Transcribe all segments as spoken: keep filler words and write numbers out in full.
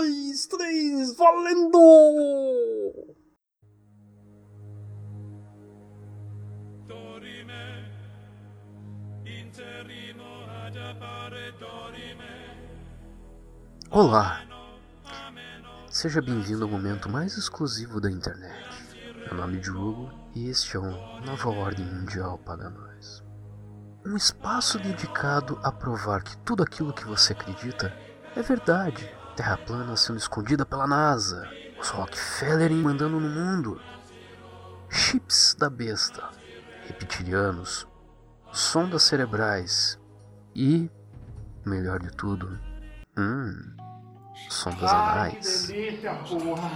dois, três, valendo! Olá, seja bem-vindo ao momento mais exclusivo da internet. Meu nome é Diogo e este é o Nova Ordem Mundial para nós. Um espaço dedicado a provar que tudo aquilo que você acredita é verdade. Terra plana sendo escondida pela NASA, os Rockefeller mandando no mundo, chips da besta, reptilianos, sondas cerebrais e, melhor de tudo, hum, sondas anais. Que delícia, porra!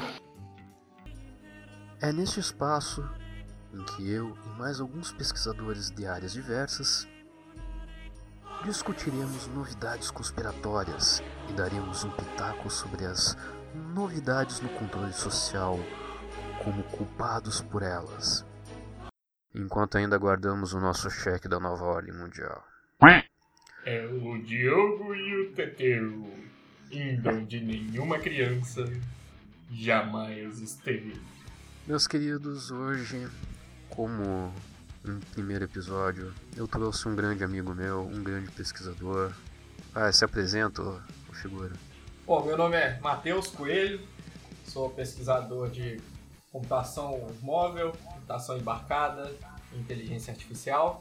É neste espaço em que eu e mais alguns pesquisadores de áreas diversas discutiremos novidades conspiratórias e daremos um pitaco sobre as novidades no controle social como culpados por elas, enquanto ainda aguardamos o nosso cheque da Nova Ordem Mundial. É o Diogo e o Teteu, indo onde nenhuma criança jamais esteve. Meus queridos, hoje, como no primeiro episódio, eu trouxe um grande amigo meu, um grande pesquisador. Ah, se apresenta, ô, ô figura. Bom, meu nome é Matheus Coelho, sou pesquisador de computação móvel, computação embarcada, inteligência artificial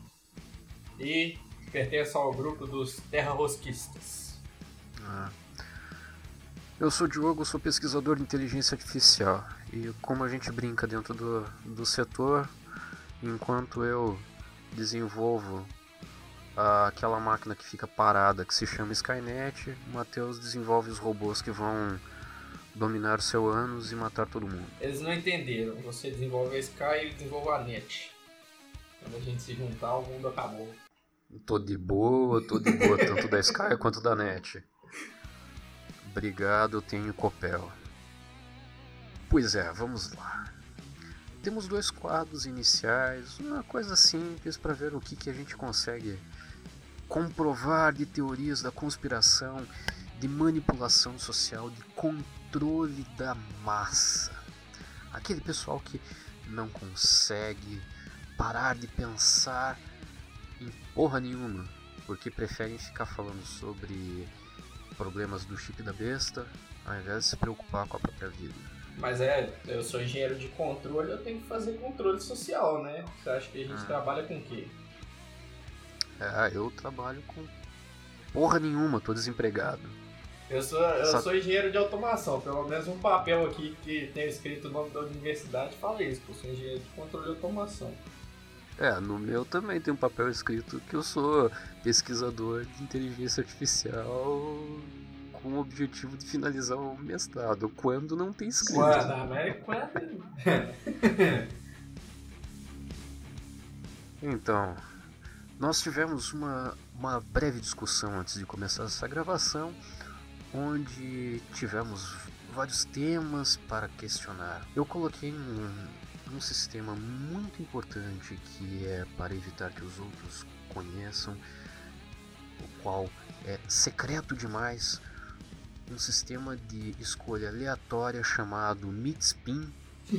e pertenço ao grupo dos terrarrosquistas. Ah. Eu sou o Diogo, sou pesquisador de inteligência artificial e como a gente brinca dentro do, do setor, enquanto eu desenvolvo ah, aquela máquina que fica parada que se chama Skynet, o Matheus desenvolve os robôs que vão dominar o seu ânus e matar todo mundo. Eles não entenderam, você desenvolve a Sky e eu desenvolvo a Net. Quando a gente se juntar, o mundo acabou. Tô de boa, tô de boa, tanto da Sky quanto da Net. Obrigado, eu tenho Copel. Pois é, vamos lá. Temos dois quadros iniciais, uma coisa simples para ver o que, que a gente consegue comprovar de teorias da conspiração, de manipulação social, de controle da massa. Aquele pessoal que não consegue parar de pensar em porra nenhuma, porque preferem ficar falando sobre problemas do chip da besta, ao invés de se preocupar com a própria vida. Mas é, eu sou engenheiro de controle, eu tenho que fazer controle social, né? Você acha que a gente Ah. trabalha com o quê? É, eu trabalho com porra nenhuma, tô desempregado. Eu sou, eu Só- sou engenheiro de automação, pelo menos um papel aqui que tem escrito o nome da universidade fala isso, que eu sou engenheiro de controle e automação. É, no meu também tem um papel escrito que eu sou pesquisador de inteligência artificial com o objetivo de finalizar o mestrado, quando não tem escrito. Quando, América, quando? Então, nós tivemos uma, uma breve discussão antes de começar essa gravação, onde tivemos vários temas para questionar. Eu coloquei um, um sistema muito importante que é para evitar que os outros conheçam, o qual é secreto demais, um sistema de escolha aleatória chamado Mixpin.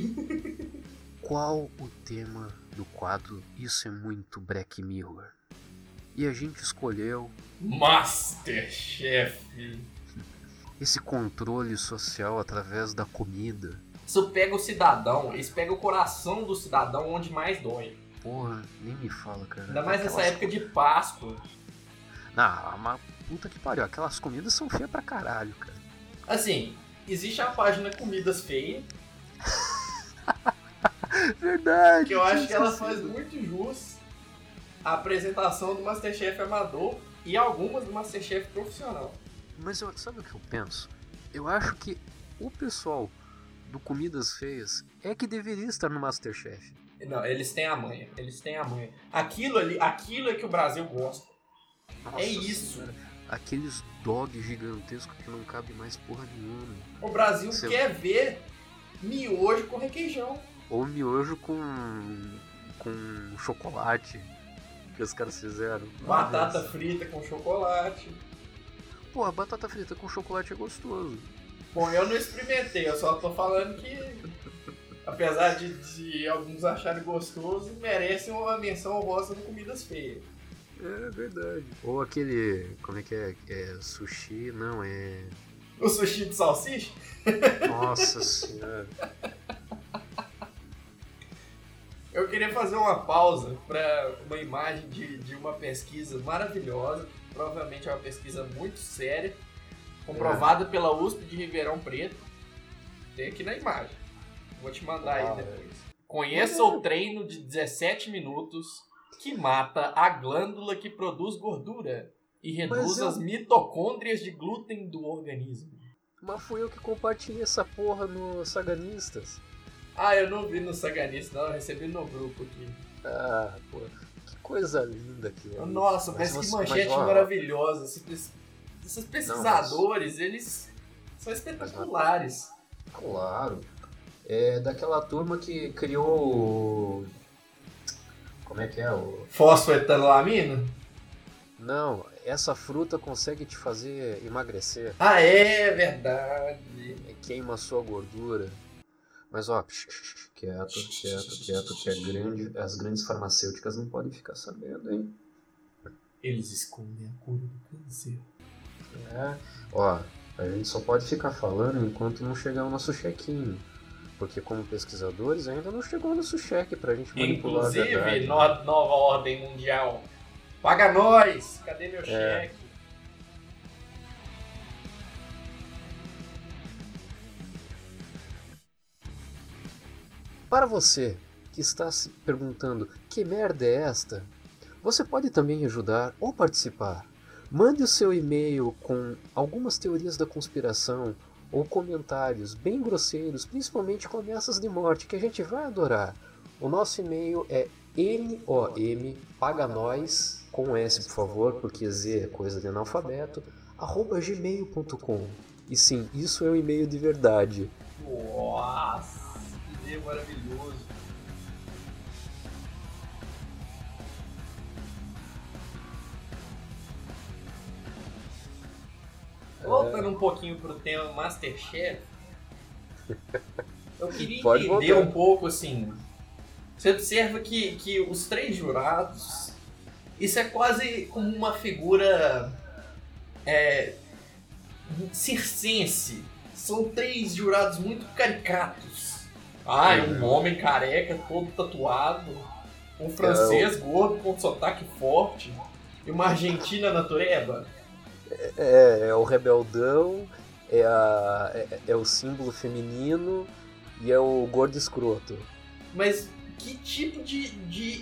Qual o tema do quadro Isso é Muito Black Mirror? E a gente escolheu Masterchef. esse controle social através da comida. Isso pega o cidadão, isso pega o coração do cidadão onde mais dói. Porra, nem me fala, cara. Ainda mais nessa Aquelas- época de Páscoa. Não, mas puta que pariu, aquelas comidas são feias pra caralho, cara. Assim, existe a página Comidas Feias, Verdade. que eu acho que ela esqueci. faz muito jus à apresentação do Masterchef amador e algumas do Masterchef profissional. Mas eu, sabe o que eu penso? Eu acho que o pessoal do Comidas Feias é que deveria estar no Masterchef. Não, eles têm a manha, eles têm a manha. Aquilo ali, aquilo é que o Brasil gosta. Nossa É isso. Senhora, aqueles dogs gigantescos que não cabe mais porra nenhuma. O Brasil Seu- quer ver miojo com requeijão. Ou miojo com, com chocolate que os caras fizeram. Batata Nossa. frita com chocolate. Pô, a batata frita com chocolate é gostoso. Bom, eu não experimentei, eu só tô falando que, apesar de, de alguns acharem gostoso, merecem uma menção honrosa no Comidas Feias. É verdade. Ou aquele, como é que é? É sushi, não, é... O sushi de salsicha? Nossa senhora. Eu queria fazer uma pausa para uma imagem de, de uma pesquisa maravilhosa, provavelmente é uma pesquisa muito séria, comprovada é. pela U S P de Ribeirão Preto. Tem aqui na imagem. Vou te mandar ah, aí depois. É. Conheça o treino de dezessete minutos que mata a glândula que produz gordura e reduz eu... as mitocôndrias de glúten do organismo. Mas fui eu que compartilhei essa porra no Saganistas. Ah, eu não vi no Saganistas, não. Eu recebi no grupo aqui. Ah, pô. Que coisa linda aquilo. Nossa, mas, mas que manchete mas, ó, maravilhosa. Esses, esses pesquisadores, não, mas... eles são espetaculares. Mas, claro. É daquela turma que criou... Como é que é? O... Fosfoetanolamina? Não, essa fruta consegue te fazer emagrecer. Ah, é verdade. Queima a sua gordura. Mas ó, quieto, quieto, quieto, que é grande, as grandes farmacêuticas não podem ficar sabendo, hein? Eles escondem a cura do câncer. É, ó, a gente só pode ficar falando enquanto não chegar o nosso chequinho. Porque como pesquisadores ainda não chegou o nosso cheque pra gente manipular a verdade. Inclusive, no, nova ordem mundial. Paga nós! Cadê meu é. cheque? Para você que está se perguntando que merda é esta, você pode também ajudar ou participar. Mande o seu e-mail com algumas teorias da conspiração ou comentários bem grosseiros, principalmente com ameaças de morte, que a gente vai adorar. O nosso e-mail é N O M, paga nós, com S por favor, porque Z é coisa de analfabeto, arroba gmail ponto com. E sim, isso é um e-mail de verdade. Nossa! É maravilhoso. É... Voltando um pouquinho pro tema Masterchef, eu queria Pode entender voltar. um pouco assim. Você observa que, que os três jurados, isso é quase como uma figura é, circense. São três jurados muito caricatos. Ah, é um homem careca, todo tatuado, um francês é, gordo com sotaque forte e uma argentina natureba. É, é o rebeldão, é, a, é, é o símbolo feminino e é o gordo escroto. Mas que tipo de, de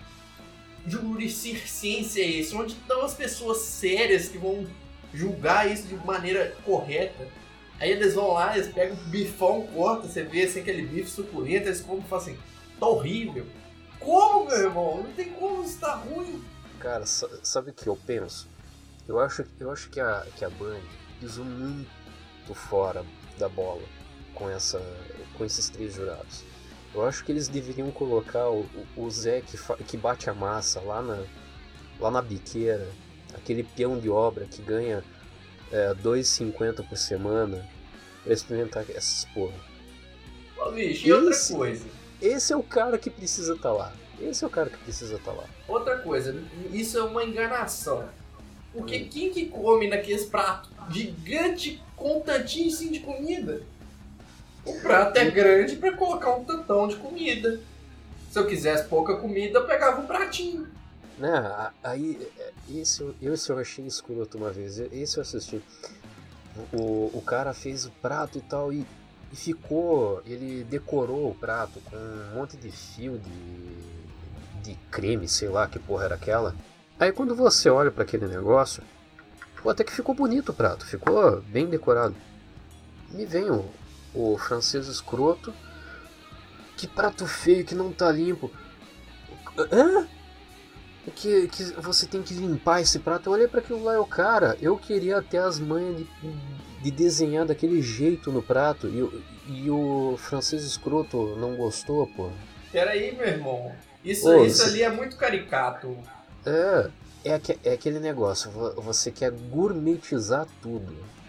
júri circense é esse? Onde estão as pessoas sérias que vão julgar isso de maneira correta? Aí eles vão lá, eles pegam um bifão, cortam, você vê assim, aquele bife suculento, eles comem e falam assim, tá horrível. Como, meu irmão? Não tem como, isso tá ruim. Cara, sabe o que eu penso? Eu acho, eu acho que, a, que a Band pisou muito fora da bola com, essa, com esses três jurados. Eu acho que eles deveriam colocar o, o, o Zé que, fa, que bate a massa lá na, lá na biqueira, aquele peão de obra que ganha É, dois reais e cinquenta por semana pra experimentar essas porra. Ô, bicho, e outra coisa? Esse é o cara que precisa estar tá lá. Esse é o cara que precisa estar tá lá. Outra coisa, isso é uma enganação. Porque hum. quem que come naqueles pratos gigante com um tantinho assim de comida? O prato é grande pra colocar um tantão de comida. Se eu quisesse pouca comida, eu pegava um pratinho. Né, aí, esse, esse eu achei escroto uma vez, esse eu assisti. O, o cara fez o prato e tal, e, e ficou, ele decorou o prato com um monte de fio de, de creme, sei lá que porra era aquela. Aí quando você olha pra aquele negócio, pô, até que ficou bonito o prato, ficou bem decorado. Me vem o, o francês escroto, que prato feio, que não tá limpo. Hã? Que, que você tem que limpar esse prato. Eu olhei pra aquilo lá e o cara, eu queria até as manhas de, de desenhar daquele jeito no prato e, e o francês escroto não gostou, pô. Peraí, meu irmão, isso, Ô, isso ali é muito caricato. É, é, é aquele negócio, você quer gourmetizar tudo.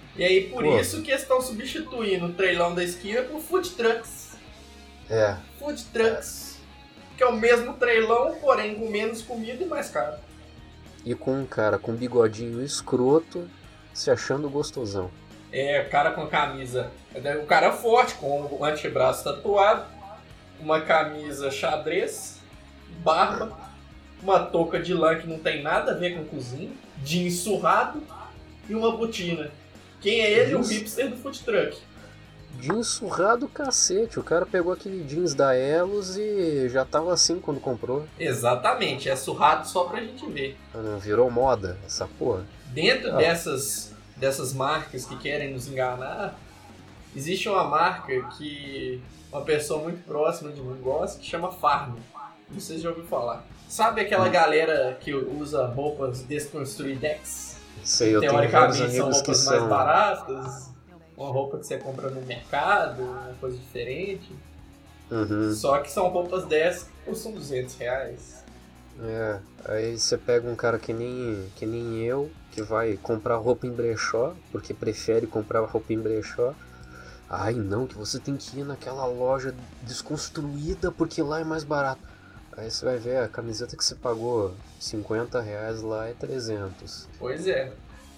E aí por Pô. isso que eles estão substituindo o trailão da esquina por food trucks. É, Food trucks. Que é o mesmo trailão, porém com menos comida e mais caro. e com um cara com bigodinho escroto se achando gostosão. É, o cara com a camisa. O cara é forte, com o antebraço tatuado, uma camisa xadrez, barba, uma touca de lã que não tem nada a ver com cozinha, jeans surrado e uma botina. Quem é ele? O Isso. hipster do food truck. Jeans surrado cacete, o cara pegou aquele jeans da Elos e já tava assim quando comprou. Exatamente, é surrado só pra gente ver. Não virou moda essa porra? Dentro Ah. dessas, dessas marcas que querem nos enganar, existe uma marca que uma pessoa muito próxima de mim gosta, que chama Farm. Não sei se já ouviu falar. Sabe aquela Hum. galera que usa roupas desconstruidex? Sei, eu tenho vários Teoricamente são amigos que roupas mais são... baratas, uma roupa que você compra no mercado, uma coisa diferente. Uhum. Só que são roupas dessas que custam duzentos reais. É, aí você pega um cara que nem, que nem eu, que vai comprar roupa em brechó, porque prefere comprar roupa em brechó. Ai não, que você tem que ir naquela loja desconstruída porque lá é mais barato. Aí você vai ver, a camiseta que você pagou cinquenta reais lá é trezentos. Pois é.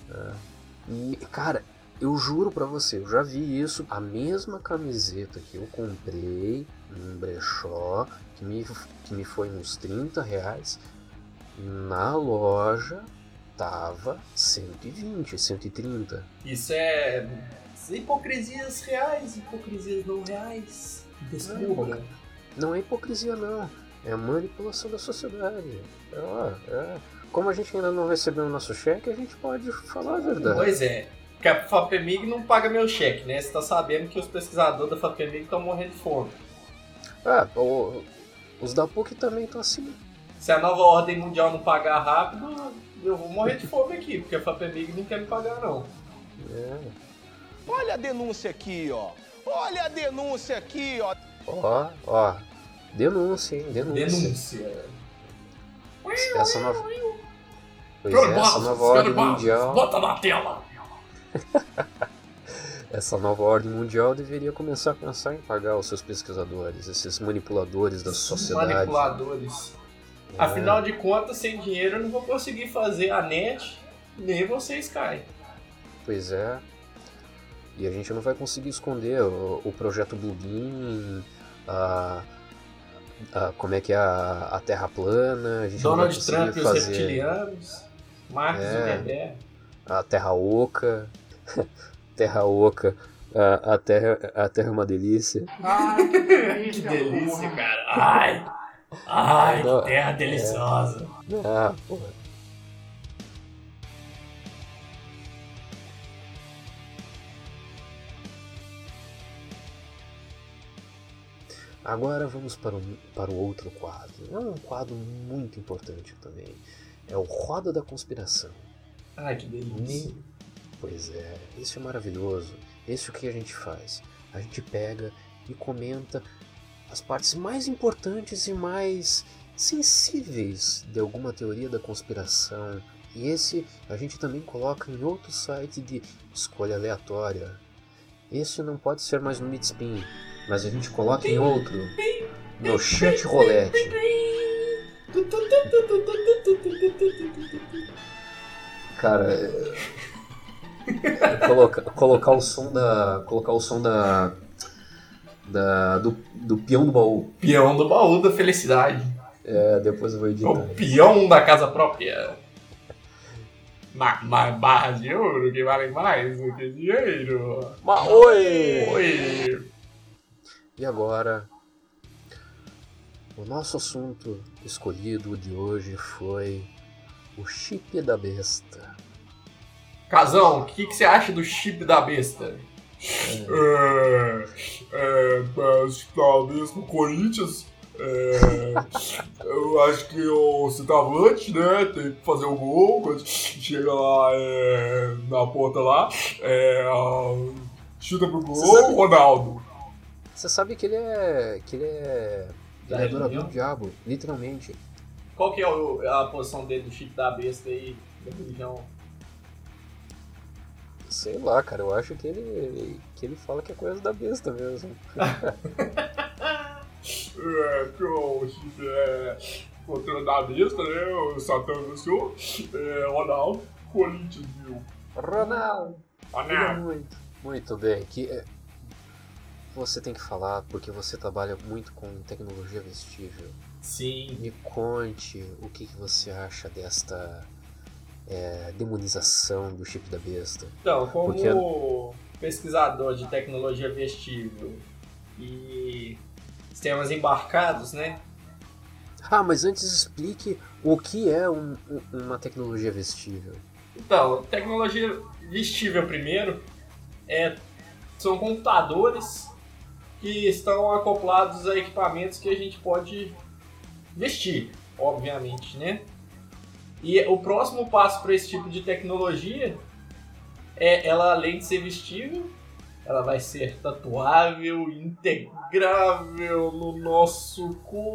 E, cara, eu juro pra você, eu já vi isso. A mesma camiseta que eu comprei num brechó, que me, que me foi uns trinta reais, na loja tava cento e vinte, cento e trinta. Isso é hipocrisias reais, hipocrisias não reais. Desculpa. Não é hipocrisia não, é manipulação da sociedade. É, ó, é. Como a gente ainda não recebeu o nosso cheque, a gente pode falar a verdade. Pois é. Porque a FAPEMIG não paga meu cheque, né? Você tá sabendo que os pesquisadores da FAPEMIG estão morrendo de fome. Ah, o- os da P U C também estão assim. Se a nova ordem mundial não pagar rápido, eu vou morrer de fome aqui, porque a FAPEMIG não quer me pagar, não. É. Olha a denúncia aqui, ó. Olha a denúncia aqui, ó. Ó, ó, denúncia, hein, denúncia. Denúncia. Essa nova... Pois é, essa nova ordem mundial... Bota na tela! Essa nova ordem mundial deveria começar a pensar em pagar os seus pesquisadores, esses manipuladores da sociedade. Manipuladores. É. Afinal de contas, sem dinheiro eu não vou conseguir fazer a net, nem vocês caem. Pois é. E a gente não vai conseguir esconder o, o projeto Bluebeam, a, a, como é que é a, a Terra plana, a gente não vai Donald conseguir Trump e os fazer reptilianos, Mark É. Zuckerberg. a Terra Oca, Terra Oca, a, a, terra, a Terra é uma delícia. Ai, que delícia, Que delícia, porra. cara. Ai, ai, Não, que terra deliciosa. Ah, porra. Agora vamos para o, para o outro quadro. É um quadro muito importante também. É o Roda da Conspiração. Ai, que delícia. Me- Pois é, isso é maravilhoso. Esse é o que a gente faz. A gente pega e comenta as partes mais importantes e mais sensíveis de alguma teoria da conspiração. E esse a gente também coloca em outro site de escolha aleatória. Esse não pode ser mais no Midspin, mas a gente coloca em outro, no Chat Roulette. Cara, é- é coloca- colocar o som da. Colocar o som da. da do, do peão do baú. Peão do baú da felicidade. É, depois eu vou editar. O peão da casa própria. Ma- ma- barras de ouro que valem mais do que dinheiro. Mas, oi! Oi! E agora, o nosso assunto escolhido de hoje foi o chip da besta. Casão, o que, que você acha do chip da besta? É, é, mas talvez no Corinthians, é, eu acho que o centroavante, né, tem que fazer o gol, quando chega lá é, na ponta lá, é, a- chuta pro Você gol, sabe- Ronaldo. Você sabe que ele é. que ele é. Ele é Da adorador religião? do diabo, literalmente. Qual que é o- a posição dele do chip da besta aí, da religião? sei lá, cara, eu acho que ele, que ele fala que é coisa da besta mesmo. É, porque o chip é contra da besta, né? O Satã venceu. É, Ronaldo, Corinthians, viu? Ronaldo! Ronaldo. Muito, muito bem. Que, é, você tem que falar porque você trabalha muito com tecnologia vestível. Sim. Me conte o que, que você acha desta é, demonização do chip da besta. Então, como Porque- pesquisador de tecnologia vestível e sistemas embarcados, né? Ah, mas antes explique o que é um- um- uma tecnologia vestível. Então, tecnologia vestível primeiro é, são computadores que estão acoplados a equipamentos que a gente pode vestir, obviamente, né? E o próximo passo para esse tipo de tecnologia é ela, além de ser vestível, ela vai ser tatuável, integrável no nosso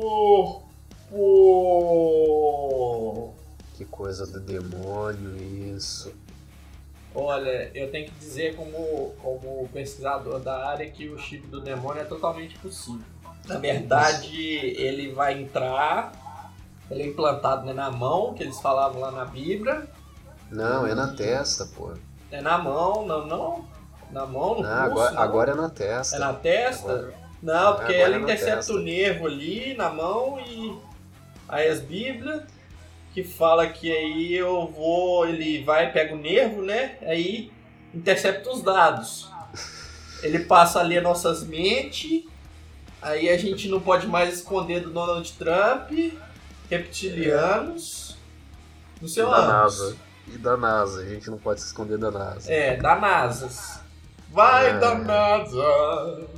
corpo. Que coisa do demônio isso. Olha, eu tenho que dizer como, como pesquisador da área que o chip do demônio é totalmente possível. Na verdade, ele vai entrar, ele é implantado, né, na mão, que eles falavam lá na Bíblia. Não, é na testa, pô. É na mão, não, não. Na mão, no Não, pulso, agora, não. agora é na testa. É na testa? Agora- Não, porque agora ela é na intercepta testa. o nervo ali na mão e aí as Bíblias que fala que aí eu vou, ele vai, pega o nervo, né? Aí intercepta os dados. Ele passa ali as nossas mentes, aí a gente não pode mais esconder do Donald Trump, reptilianos, no E seu da ânus. NASA. E da NASA, a gente não pode se esconder da NASA. É, da NASA. Vai É. da NASA.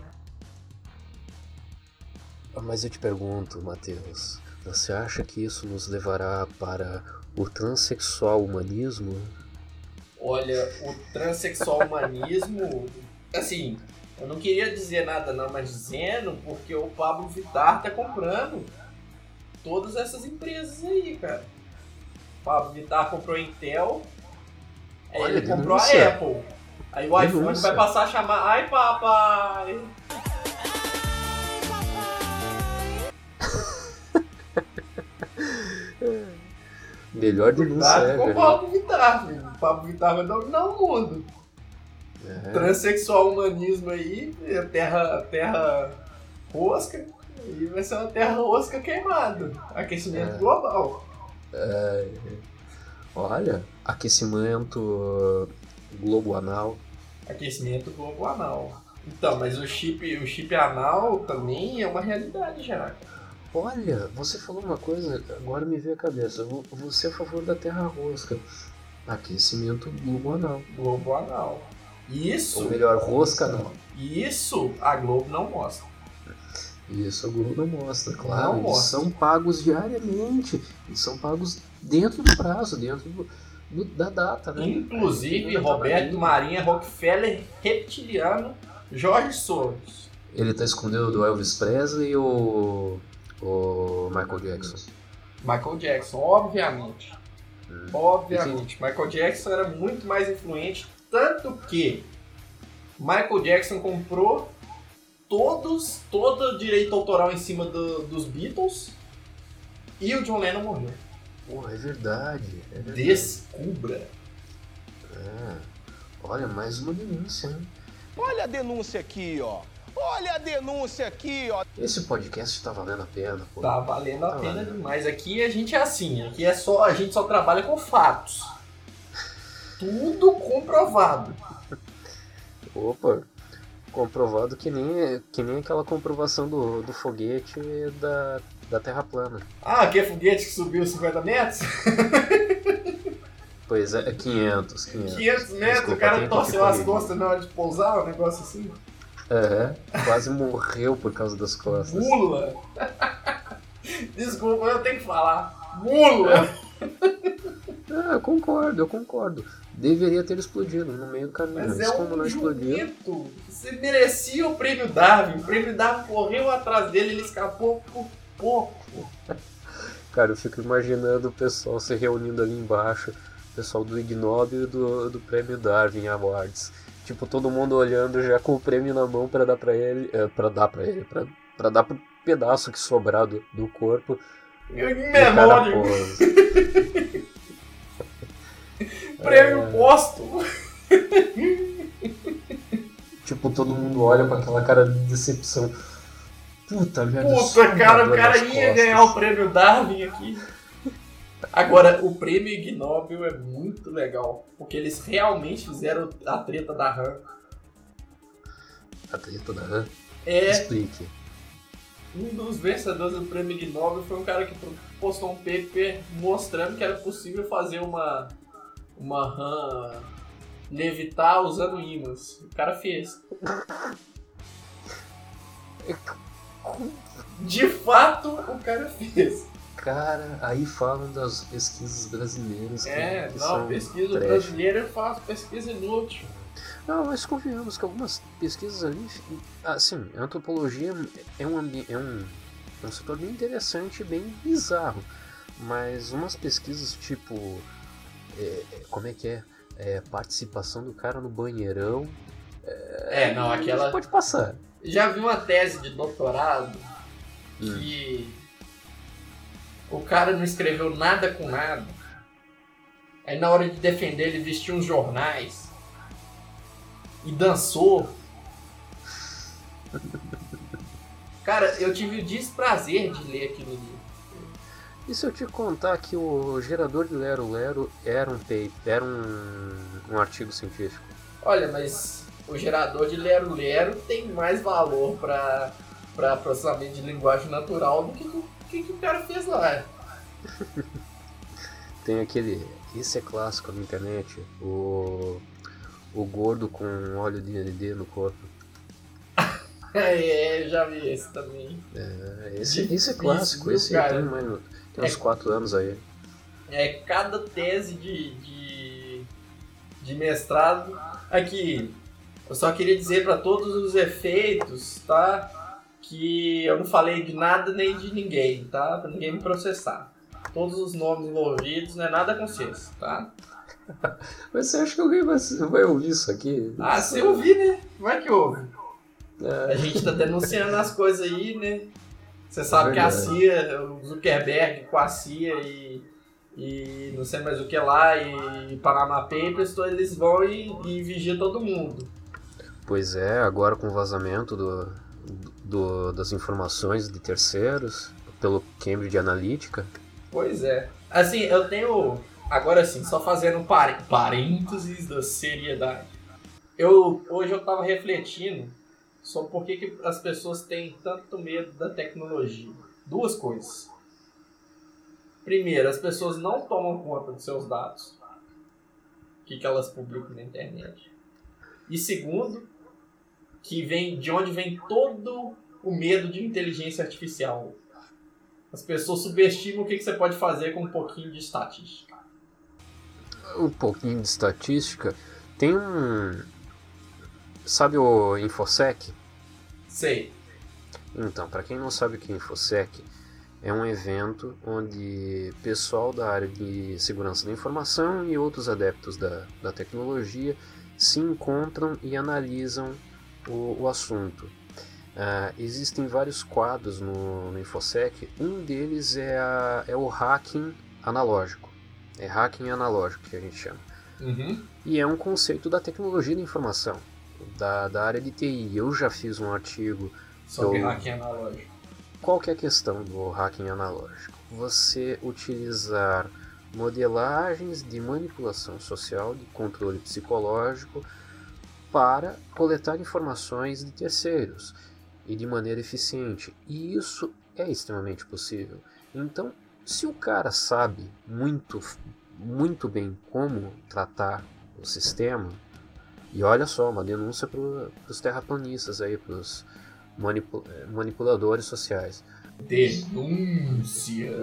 Mas eu te pergunto, Matheus, você acha que isso nos levará para o transexual humanismo? Olha, o transexual humanismo, assim, eu não queria dizer nada não, mas dizendo porque o Pablo Vittar tá comprando todas essas empresas aí, cara. O Pablo Vittar comprou a Intel, aí Olha, ele comprou denúncia. a Apple. Aí o iPhone Denúncia. vai passar a chamar Ai Papai. Melhor denúncia Cuidado é, com o velho. Pablo Vittar, filho. O Pablo Vittar vai dominar o mundo. É. Transexual humanismo aí, a terra, a terra rosca, e vai ser uma terra rosca queimada. Aquecimento É. global. É. Olha, aquecimento uh, globo anal. Aquecimento global anal. Então, mas o chip, o chip anal também é uma realidade já. Olha, você falou uma coisa, agora me veio a cabeça. Vo- Você é a favor da terra rosca. Aquecimento globo anal. Globo anal. Isso, Ou melhor, rosca não. isso a Globo não mostra. Isso a Globo não mostra, claro. Não eles mostra. são pagos diariamente. Eles são pagos dentro do prazo, dentro do, do- da data, né? Inclusive, Ele tá Roberto indo. Marinho, Rockefeller, reptiliano, Jorge Soros. Ele tá escondendo do Elvis Presley ou o Michael Jackson? Michael Jackson, obviamente. Hum. Obviamente. Michael Jackson era muito mais influente, tanto que Michael Jackson comprou todos, todo o direito autoral em cima do- dos Beatles e o John Lennon morreu. Pô, é verdade. É verdade. Descubra. É. Olha, mais uma denúncia, hein? Olha a denúncia aqui, ó. Olha a denúncia aqui, ó. Esse podcast tá valendo a pena, pô. Tá valendo a Tá pena valendo. demais. Aqui a gente é assim, aqui é só, a gente só trabalha com fatos. Tudo comprovado. Opa, comprovado que nem, que nem aquela comprovação do, do foguete da, da Terra plana. Ah, aqui é foguete que subiu cinquenta metros? Pois é, é quinhentos, quinhentos. quinhentos metros, Desculpa, o cara tenho que torceu te as corrigir. costas na hora de pousar, um negócio assim. É, quase morreu por causa das costas. Mula! Desculpa, eu tenho que falar. Mula! Ah, eu concordo, eu concordo. Deveria ter explodido no meio do caminho. Mas Mas é como um não explodiu, jumento. Você merecia o prêmio Darwin. O prêmio Darwin correu atrás dele, ele escapou por pouco. cara, eu fico imaginando o pessoal se reunindo ali embaixo. pessoal do Ig Nobel e do, do Prêmio Darwin Awards. Tipo, todo mundo olhando já com o prêmio na mão pra dar pra ele, é, pra dar pra ele, pra, pra dar pro pedaço que sobrar do, do corpo. Memória. Prêmio é... póstumo. Tipo, todo mundo olha com aquela cara de decepção. Puta merda. Puta, cara, o cara ia ganhar o prêmio Darwin aqui. Agora, o prêmio Ig Nobel é muito legal, porque eles realmente fizeram a treta da RAM. A treta da RAM? É. Explique. Um dos vencedores do prêmio Ig Nobel foi um cara que postou um paper mostrando que era possível fazer uma, uma RAM levitar usando ímãs. O cara fez. De fato, o cara fez. Cara, aí falam das pesquisas brasileiras. É, que não, pesquisa trash. brasileira eu faço pesquisa inútil. Não, mas convenhamos que algumas pesquisas ali, assim, a antropologia é um, é um, é um setor bem interessante e bem bizarro, mas umas pesquisas tipo, é, como é que é, é, participação do cara no banheirão, é, não, aquela... pode passar. Já vi uma tese de doutorado que hum. o cara não escreveu nada com nada, aí na hora de defender ele vestiu uns jornais e dançou. Cara, eu tive o desprazer de ler aquilo ali. E se eu te contar que o gerador de Lero Lero era um paper, era um, um artigo científico? Olha, mas o gerador de Lero Lero tem mais valor para para processamento de linguagem natural do que o que, que o cara fez lá. Tem aquele, esse é clássico na internet, o o gordo com óleo de D N D no corpo. É, eu já vi esse também. É, esse, esse é clássico, esse tem, mais, tem uns quatro é, anos aí. É, cada tese de, de, de mestrado. Aqui, eu só queria dizer para todos os efeitos, tá? Que eu não falei de nada nem de ninguém, tá? Pra ninguém me processar. Todos os nomes envolvidos, não é nada com vocês, tá? Mas você acha que alguém vai, vai ouvir isso aqui? Ah, se ouvir, né? Vai que ouve. É. A gente tá denunciando as coisas aí, né? Você sabe é que a C I A, o Zuckerberg com a C I A e, e não sei mais o que lá, e Panama Papers, então eles vão e, e vigiam todo mundo. Pois é, agora com o vazamento do, do, das informações de terceiros, pelo Cambridge Analytica. Pois é. Assim, eu tenho... Agora sim, só fazendo par- parênteses da seriedade. Eu, hoje eu tava refletindo sobre por que, que as pessoas têm tanto medo da tecnologia. Duas coisas. Primeiro, as pessoas não tomam conta dos seus dados. O que, que elas publicam na internet. E segundo, que vem de onde vem todo o medo de inteligência artificial. As pessoas subestimam o que, que você pode fazer com um pouquinho de estatística. Um pouquinho de estatística. Tem um... Sabe o InfoSec? Sei. Então, para quem não sabe o que é InfoSec, é um evento onde pessoal da área de segurança da informação e outros adeptos da, da tecnologia se encontram e analisam o, o assunto. Uh, existem vários quadros no, no InfoSec. Um deles é, a, é o hacking analógico. É hacking analógico que a gente chama. Uhum. E é um conceito da tecnologia da informação, da, da área de T I. Eu já fiz um artigo sobre eu... hacking analógico. Qual que é a questão do hacking analógico? Você utilizar modelagens de manipulação social, de controle psicológico, para coletar informações de terceiros e de maneira eficiente. E isso é extremamente possível. Então, se o cara sabe muito, muito bem como tratar o sistema, e olha só, uma denúncia para os terraplanistas aí, para os manipul- manipuladores sociais. Denúncia.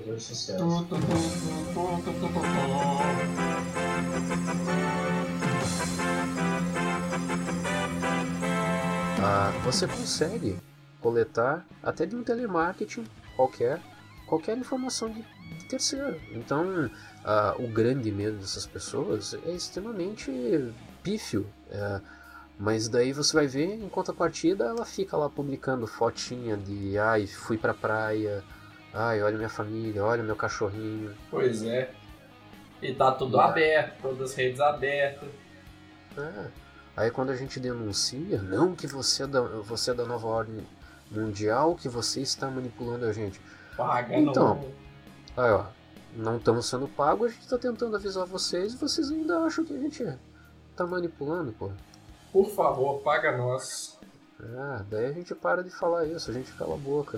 Ah, você consegue coletar, até de um telemarketing qualquer, qualquer informação de, de terceiro. Então, uh, o grande medo dessas pessoas é extremamente pífio. É, mas daí você vai ver, em contrapartida, ela fica lá publicando fotinha de ai, fui pra praia, ai, olha minha família, olha meu cachorrinho. Pois é. E tá tudo aberto, todas as redes abertas. É. Aí quando a gente denuncia, não que você é da, você é da nova ordem mundial, que você está manipulando a gente. Pagando. Então, aí ó, não estamos sendo pagos, a gente está tentando avisar vocês e vocês ainda acham que a gente tá manipulando, pô. Por favor, paga nós. Ah, daí a gente para de falar isso, a gente cala a boca.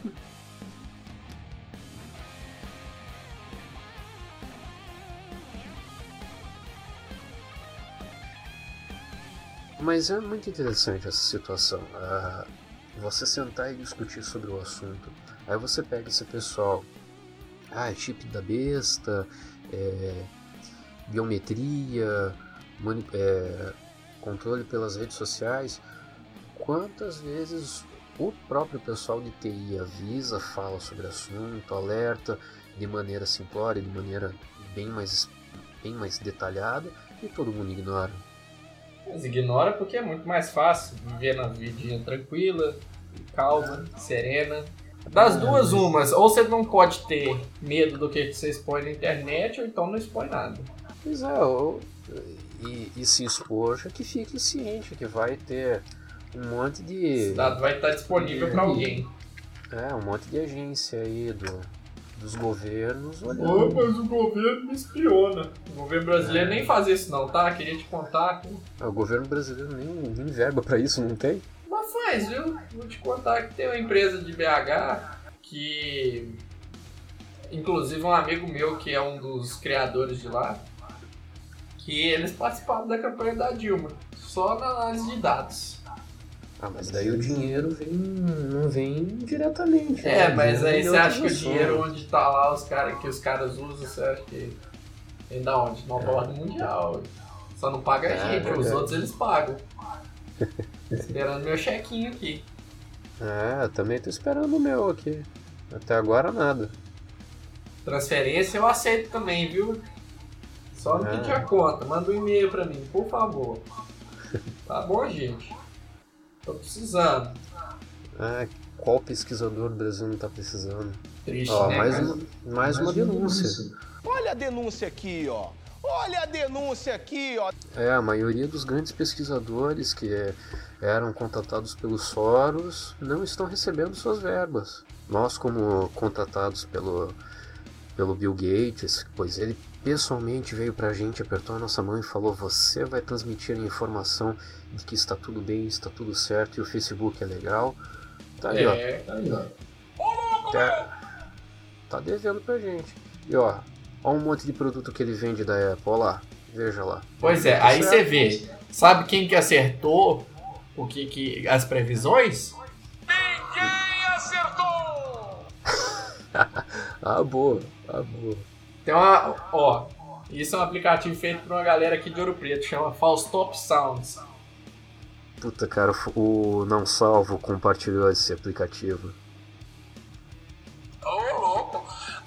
Mas é muito interessante essa situação. Ah, você sentar e discutir sobre o assunto. Aí você pega esse pessoal, ah, chip da besta, é, biometria, mani- é, controle pelas redes sociais. Quantas vezes o próprio pessoal de T I avisa, fala sobre o assunto, alerta de maneira simplória, de maneira bem mais, bem mais detalhada, e todo mundo ignora. Mas ignora porque é muito mais fácil viver na vidinha tranquila, calma, serena. Das duas umas, ou você não pode ter medo do que você expõe na internet, ou então não expõe nada. Pois é, ou, e, e se expor, já que fique ciente que vai ter um monte de... Esse dado vai estar disponível para alguém. É, um monte de agência aí do, dos governos olhando. Oh, mas o governo me espiona. O governo brasileiro nem faz isso não, tá? Queria te contar. Que... O governo brasileiro nem, nem verba pra isso, não tem? Mas faz, viu? Vou te contar que tem uma empresa de B H que... Inclusive um amigo meu que é um dos criadores de lá, que eles participaram da campanha da Dilma, só na análise de dados. Ah, mas daí o dinheiro vem, não vem diretamente. É, né? mas Vem aí de você outras acha que o pessoas. dinheiro onde tá lá, os caras que os caras usam, você acha que vem da onde? Nova ordem mundial. Só não paga a É, gente, verdade. os outros eles pagam. Esperando meu chequinho aqui. É, também tô esperando o meu aqui. Até agora nada. Transferência eu aceito também, viu? Só não É. pedir a conta, manda um e-mail pra mim, por favor. Tá bom, gente? Tô precisando. Ah, qual pesquisador do Brasil não tá precisando? Triste, Ó, né, mais cara? uma, mais uma denúncia. Olha a denúncia aqui, ó. Olha a denúncia aqui, ó. É, a maioria dos grandes pesquisadores que é, eram contratados pelos Soros não estão recebendo suas verbas. Nós, como contratados pelo, pelo Bill Gates, pois ele pessoalmente veio pra gente, apertou a nossa mão e falou: você vai transmitir a informação de que está tudo bem, está tudo certo e o Facebook é legal. Tá aí, ó. É, tá aí, ó. Tá, tá devendo pra gente. E ó, ó um monte de produto que ele vende da Apple, ó lá. Veja lá. Pois é, Tá aí certo. você vê. Sabe quem que acertou o que, que as previsões? Ninguém acertou! Ah, boa, ah, boa. Tem uma, ó, isso é um aplicativo feito por uma galera aqui de Ouro Preto, chama Faustop Sounds. Puta, cara, o Não Salvo compartilhou esse aplicativo. Ô, louco!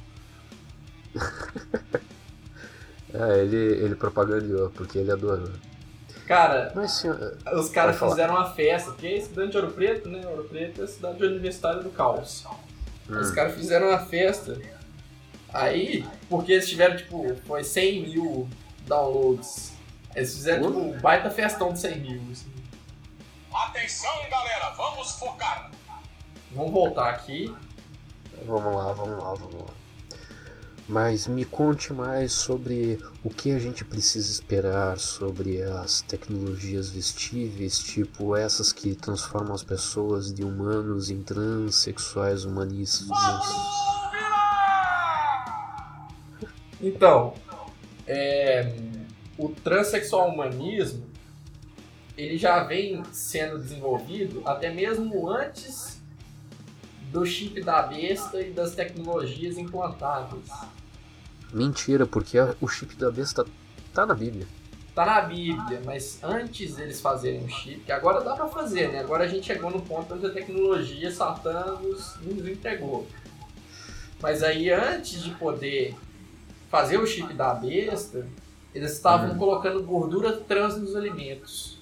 É, ele, ele propagandeou, porque ele adorou. Cara, Mas, senhor, os caras Pode falar. fizeram uma festa, porque é estudante de Ouro Preto, né? Ouro Preto é a cidade universitária do caos. Os hum, caras fizeram uma festa, aí, porque eles tiveram, tipo, foi cem mil downloads. Eles fizeram, tipo, um baita festão de cem mil, assim. Atenção, galera, vamos focar. Vamos voltar aqui. vamos lá, vamos lá, vamos lá. Mas me conte mais sobre o que a gente precisa esperar sobre as tecnologias vestíveis, tipo essas que transformam as pessoas de humanos em transexuais humanistas. Então, é, o transexual humanismo, ele já vem sendo desenvolvido até mesmo antes do chip da besta e das tecnologias implantadas. Mentira, porque a- o chip da besta tá na Bíblia. Tá na Bíblia, mas antes deles fazerem o chip, que agora dá pra fazer, né? Agora a gente chegou no ponto onde a tecnologia Satã nos, nos entregou. Mas aí, antes de poder fazer o chip da besta, eles estavam hum. colocando gordura trans nos alimentos.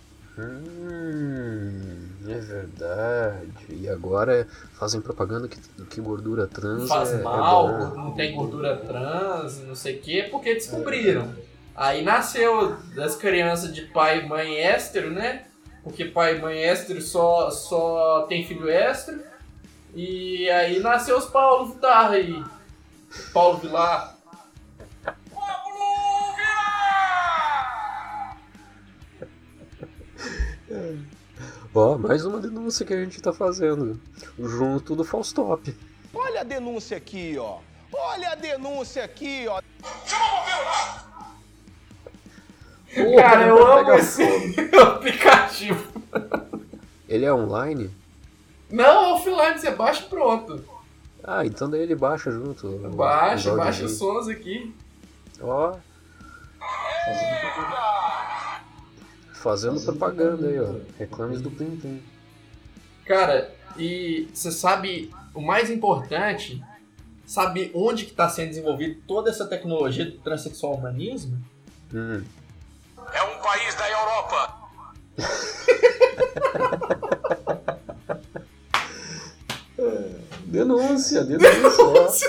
Hum, é verdade. E agora fazem propaganda que, que gordura trans faz é, mal, é não tem gordura trans, não sei o quê, porque descobriram. É. Aí nasceu das crianças de pai e mãe hétero, né? Porque pai e mãe hétero só, só tem filho hétero. E aí nasceu os Paulo Vittar aí. Paulo Vilar. Paulo Vilar! Ó, mais uma denúncia que a gente tá fazendo. Junto do Faustop. Olha a denúncia aqui, ó. Olha a denúncia aqui, ó. Chama o bombeiro lá! Porra, cara, eu amo esse aplicativo. Ele é online? Não, é offline, você baixa e pronto. Ah, então daí ele baixa junto. Baixa, baixa os sons aqui. Ó. Fazendo propaganda aí, ó. Reclames do Plim Plim. Cara, e você sabe o mais importante? Sabe onde que está sendo desenvolvida toda essa tecnologia do transexual humanismo? Hum. É um país da Europa. Denúncia, denúncia.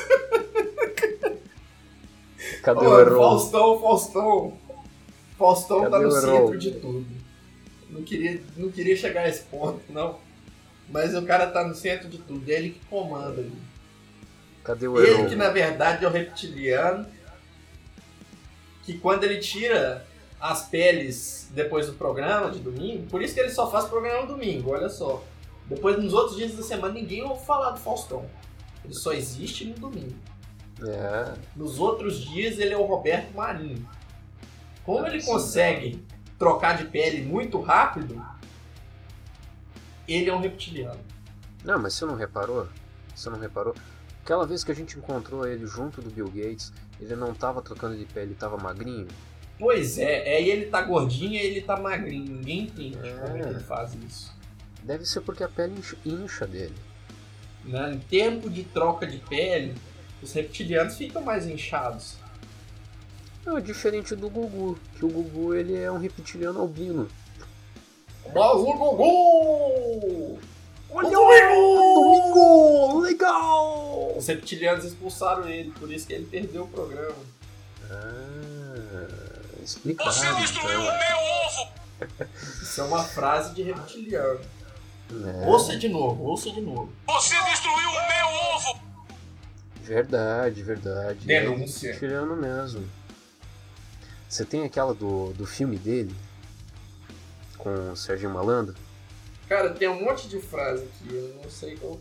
Cadê Ô, o erro? Faustão, Faustão. Faustão Cadê tá no o centro erro? de tudo. Não queria, não queria chegar a esse ponto, não. Mas o cara tá no centro de tudo. É ele que comanda ali. Cadê o Ele erro? que na verdade é o reptiliano. Que quando ele tira as peles depois do programa de domingo, por isso que ele só faz programa no domingo, olha só. Depois, nos outros dias da semana, ninguém ouve falar do Faustão. Ele só existe no domingo. É. Nos outros dias, ele é o Roberto Marinho. Como É ele sim, consegue trocar de pele muito rápido, ele é um reptiliano. Não, mas você não reparou? Você não reparou? Aquela vez que a gente encontrou ele junto do Bill Gates, ele não tava trocando de pele, ele tava magrinho? Pois é, aí ele tá gordinho e ele tá magrinho. Ninguém entende É. como é que ele faz isso. Deve ser porque a pele incha, incha dele. Né? Em tempo de troca de pele, os reptilianos ficam mais inchados. Não, é diferente do Gugu, que o Gugu ele é um reptiliano albino. Mas o Gugu! Olha o Domingo! Legal! Os reptilianos expulsaram ele, por isso que ele perdeu o programa. Ah, explicado. Você destruiu então. o meu ovo! Isso é uma frase de reptiliano. É. Ouça de novo, ouça de novo. Você destruiu o meu ovo! Verdade, verdade. Denúncia. É reptiliano mesmo. Você tem aquela do, do filme dele, com o Serginho Malandro? Cara, tem um monte de frase aqui, eu não sei qual.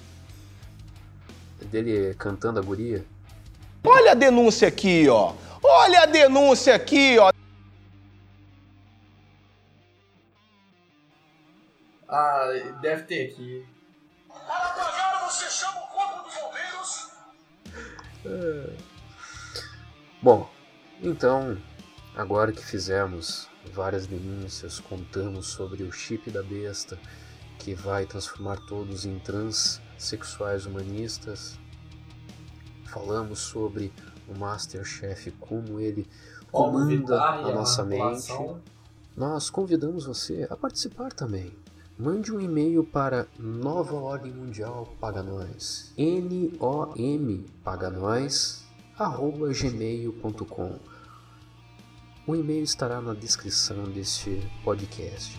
Dele cantando a guria? Olha a denúncia aqui, ó. Olha a denúncia aqui, ó. Ah, deve ter aqui. Para pagar, você chama o corpo dos bombeiros? Bom, então, agora que fizemos várias denúncias, contamos sobre o chip da besta que vai transformar todos em transexuais humanistas, falamos sobre o Masterchef, como ele comanda a nossa mente. Nós convidamos você a participar também. Mande um e-mail para Nova Ordem Mundial Paga Nós, N O M Paga Nós, arroba gmail ponto com. O e-mail estará na descrição deste podcast.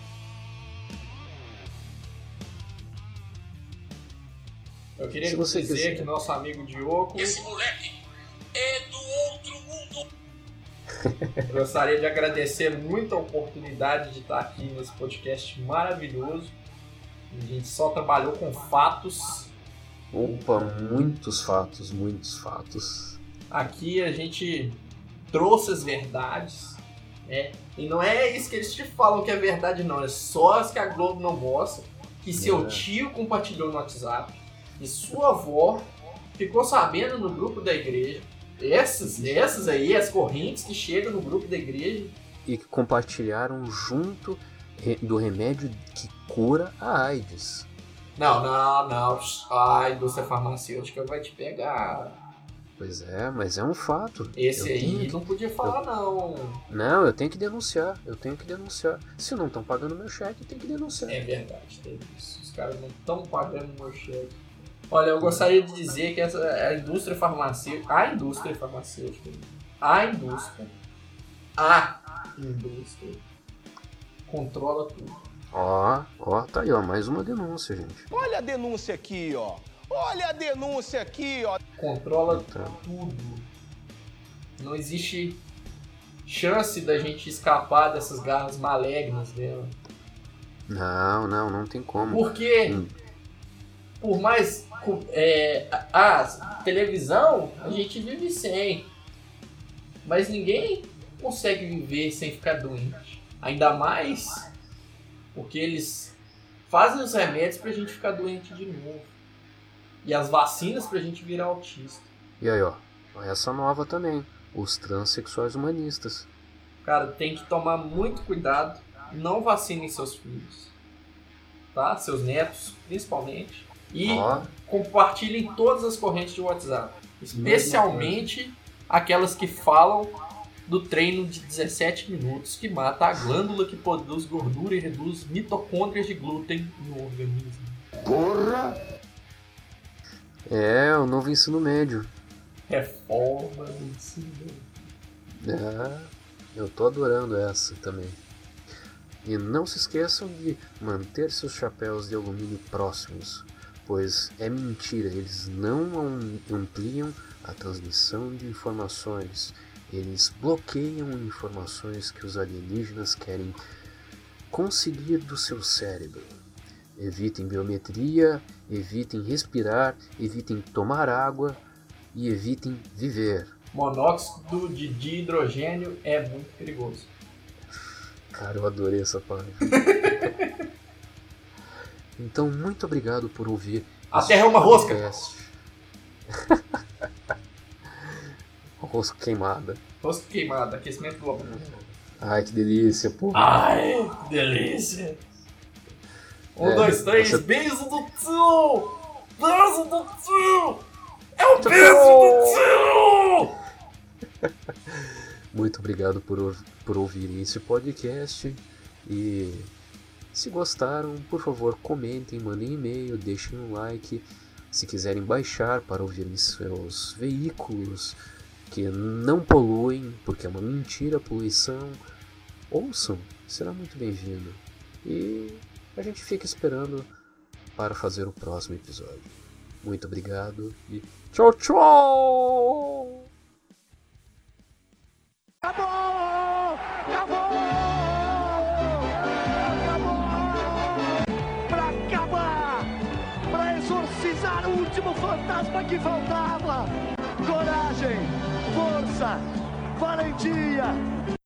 Eu queria Se você dizer quiser. que nosso amigo Diogo Esse moleque é do outro mundo. gostaria de agradecer muito a oportunidade de estar aqui nesse podcast maravilhoso. A gente só trabalhou com fatos. Opa, muitos fatos, muitos fatos. Aqui a gente trouxe as verdades, né? E não é isso que eles te falam que é verdade, não. É só as que a Globo não mostra, que seu É. tio compartilhou no WhatsApp e sua avó ficou sabendo no grupo da igreja. Essas, essas aí, as correntes que chegam no grupo da igreja. E que compartilharam junto re- do remédio que cura a AIDS. Não, não, não. A indústria farmacêutica vai te pegar. Pois é, mas é um fato. Esse Eu aí tenho que- não podia falar, não. Não, eu tenho que denunciar, eu tenho que denunciar. Se não estão pagando meu cheque, tem que denunciar. É verdade, tem isso. Os caras não estão pagando meu cheque. Olha, eu gostaria de dizer que essa, a indústria farmacêutica, a indústria farmacêutica, a indústria, a indústria controla tudo. Ó, ó, tá aí, ó, mais uma denúncia, gente. Olha a denúncia aqui, ó. Olha a denúncia aqui, ó. Controla Então. tudo. Não existe chance da gente escapar dessas garras malignas dela. Não, não, não tem como. Porque, Hum. por mais. É, a, a televisão a gente vive sem. Mas ninguém consegue viver sem ficar doente. Ainda mais porque eles fazem os remédios pra gente ficar doente de novo. E as vacinas pra gente virar autista. E aí, ó, essa nova também, os transexuais humanistas. Cara, tem que tomar muito cuidado. Não vacinem seus filhos. Tá? Seus netos, principalmente. E Ó, compartilhem todas as correntes de WhatsApp. Especialmente aquelas que falam do treino de dezessete minutos que mata a glândula que produz gordura e reduz mitocôndrias de glúten no organismo. é o novo ensino médio. Reforma do ensino. É, eu tô adorando essa também. E não se esqueçam de manter seus chapéus de alumínio próximos, pois é mentira, eles não am- ampliam a transmissão de informações, eles bloqueiam informações que os alienígenas querem conseguir do seu cérebro. Evitem biometria, evitem respirar, evitem tomar água e evitem viver. Monóxido de dihidrogênio é muito perigoso. Cara, eu adorei essa página. Então, muito obrigado por ouvir. A esse Terra é uma rosca. podcast. Rosca queimada. Rosca queimada, aquecimento global. Ai, que delícia, pô. Ai, que delícia. Um, É, dois, três, você- beijo do tio! Beijo do tio! É o beijo do tio! Muito obrigado por, ou- por ouvirem esse podcast. E se gostaram, por favor, comentem, mandem e-mail, deixem um like. Se quiserem baixar para ouvir em seus veículos que não poluem, porque é uma mentira a poluição, ouçam, será muito bem-vindo. E a gente fica esperando para fazer o próximo episódio. Muito obrigado e tchau, tchau! Acabou! Acabou! Acabou! Pra acabar! Pra exorcizar o último fantasma que faltava! Coragem! Força! Valentia!